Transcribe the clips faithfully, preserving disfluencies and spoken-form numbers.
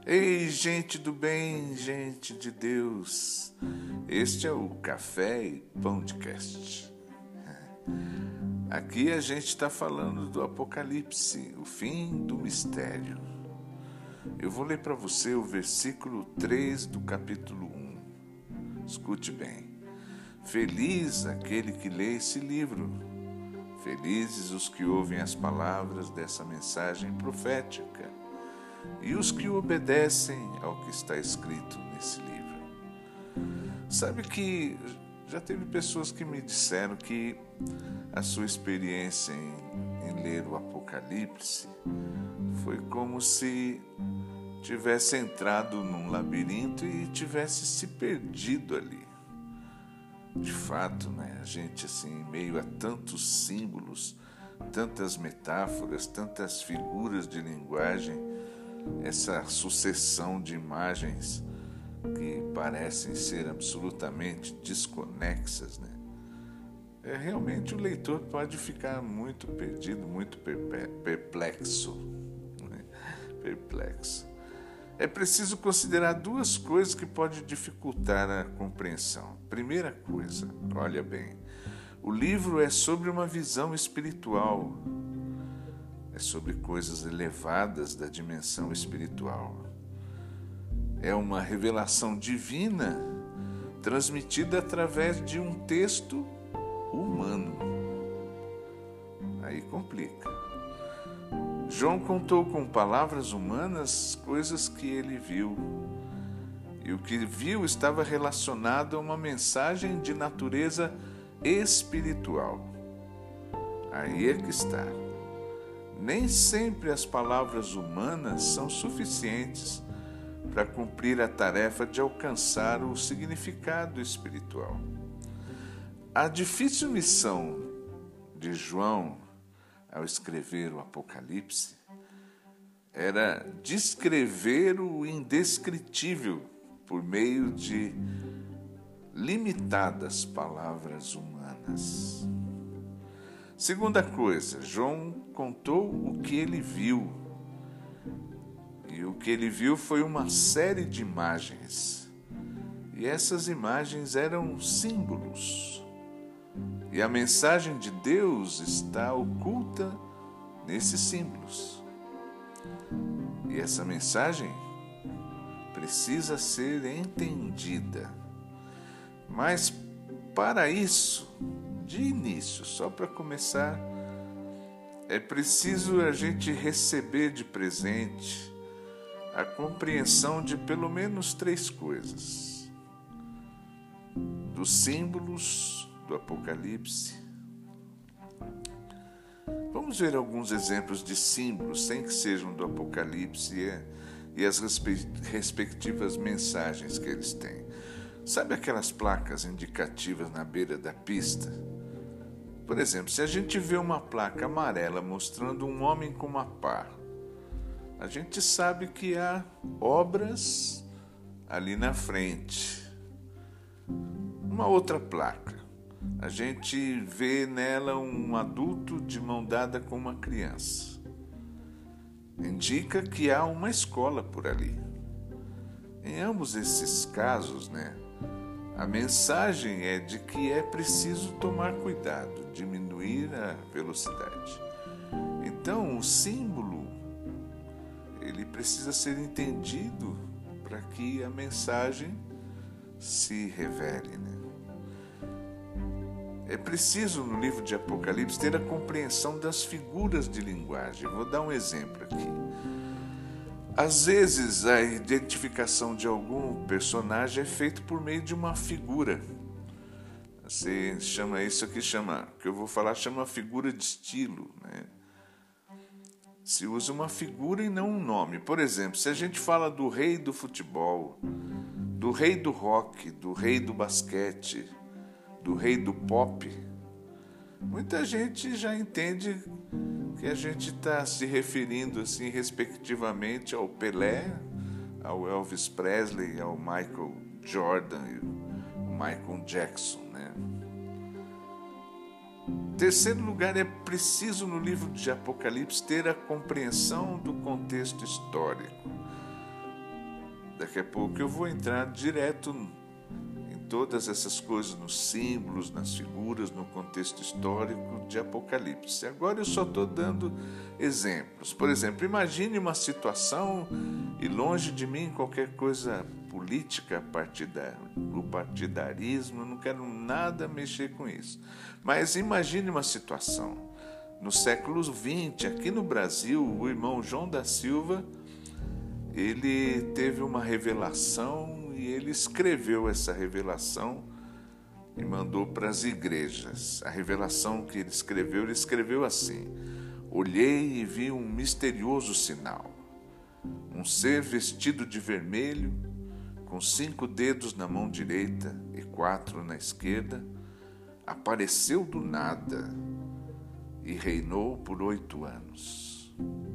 Ei, gente do bem, gente de Deus, este é o Café e Podcast. Aqui a gente está falando do Apocalipse, o fim do mistério. Eu vou ler para você o versículo três do capítulo um. Escute bem. Feliz aquele que lê esse livro. Felizes os que ouvem as palavras dessa mensagem profética e os que obedecem ao que está escrito nesse livro. Sabe que já teve pessoas que me disseram que a sua experiência em, em ler o Apocalipse foi como se tivesse entrado num labirinto e tivesse se perdido ali. De fato, né, a gente assim, em meio a tantos símbolos, tantas metáforas, tantas figuras de linguagem, essa sucessão de imagens que parecem ser absolutamente desconexas, né? É, realmente o leitor pode ficar muito perdido, muito perplexo, né? perplexo. É preciso considerar duas coisas que podem dificultar a compreensão. Primeira coisa, olha bem, o livro é sobre uma visão espiritual, é sobre coisas elevadas da dimensão espiritual. É uma revelação divina transmitida através de um texto humano. Aí complica. João contou com palavras humanas coisas que ele viu. E o que viu estava relacionado a uma mensagem de natureza espiritual. Aí é que está. Nem sempre as palavras humanas são suficientes para cumprir a tarefa de alcançar o significado espiritual. A difícil missão de João, ao escrever o Apocalipse, era descrever o indescritível por meio de limitadas palavras humanas. Segunda coisa, João contou o que ele viu. E o que ele viu foi uma série de imagens. E essas imagens eram símbolos. E a mensagem de Deus está oculta nesses símbolos. E essa mensagem precisa ser entendida. Mas para isso, de início, só para começar, é preciso a gente receber de presente a compreensão de pelo menos três coisas: dos símbolos do Apocalipse. Vamos ver alguns exemplos de símbolos, sem que sejam do Apocalipse, e as respectivas mensagens que eles têm. Sabe aquelas placas indicativas na beira da pista? Por exemplo, se a gente vê uma placa amarela mostrando um homem com uma pá, a gente sabe que há obras ali na frente. Uma outra placa, a gente vê nela um adulto de mão dada com uma criança. Indica que há uma escola por ali. Em ambos esses casos, né, a mensagem é de que é preciso tomar cuidado, diminuir a velocidade. Então, o símbolo, ele precisa ser entendido para que a mensagem se revele, né? É preciso, no livro de Apocalipse, ter a compreensão das figuras de linguagem. Vou dar um exemplo aqui. Às vezes, a identificação de algum personagem é feita por meio de uma figura. Você chama isso aqui, chama, que eu vou falar, chama figura de estilo, né? Se usa uma figura e não um nome. Por exemplo, se a gente fala do rei do futebol, do rei do rock, do rei do basquete, do rei do pop, muita gente já entende que a gente está se referindo assim, respectivamente ao Pelé, ao Elvis Presley, ao Michael Jordan e ao Michael Jackson, né? Terceiro lugar, é preciso no livro de Apocalipse ter a compreensão do contexto histórico. Daqui a pouco eu vou entrar direto em todas essas coisas, nos símbolos, nas figuras, no contexto histórico de Apocalipse. Agora eu só estou dando exemplos. Por exemplo, imagine uma situação, e longe de mim qualquer coisa política, partidar, o partidarismo, eu não quero nada mexer com isso. Mas imagine uma situação. No século vinte, aqui no Brasil, o irmão João da Silva, ele teve uma revelação e ele escreveu essa revelação e mandou para as igrejas. A revelação que ele escreveu, ele escreveu assim: olhei e vi um misterioso sinal. Um ser vestido de vermelho, com cinco dedos na mão direita e quatro na esquerda, apareceu do nada e reinou por oito anos.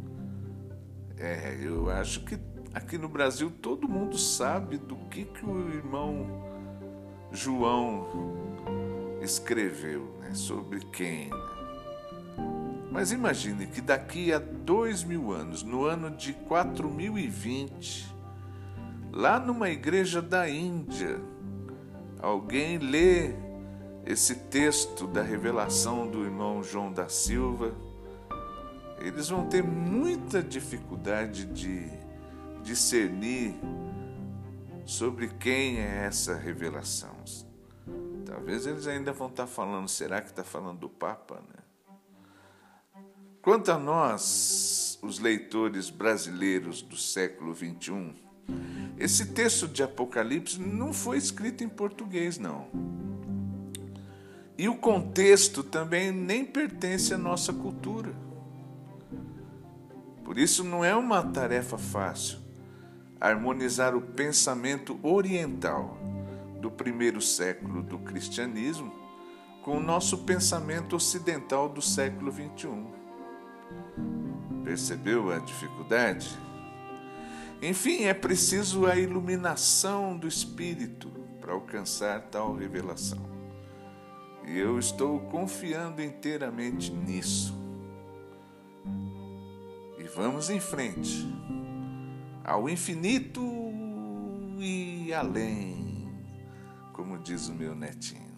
É, eu acho que aqui no Brasil todo mundo sabe do que, que o irmão João escreveu, né? Sobre quem. Né? Mas imagine que daqui a dois mil anos, no ano de quatro mil e vinte, lá numa igreja da Índia, alguém lê esse texto da revelação do irmão João da Silva. Eles vão ter muita dificuldade de discernir sobre quem é essa revelação. Talvez eles ainda vão estar falando, será que está falando do Papa, né? Quanto a nós, os leitores brasileiros do século vinte e um, esse texto de Apocalipse não foi escrito em português, não. E o contexto também nem pertence à nossa cultura. Por isso não é uma tarefa fácil harmonizar o pensamento oriental do primeiro século do cristianismo com o nosso pensamento ocidental do século vinte e um. Percebeu a dificuldade? Enfim, é preciso a iluminação do Espírito para alcançar tal revelação. E eu estou confiando inteiramente nisso. E vamos em frente, ao infinito e além, como diz o meu netinho.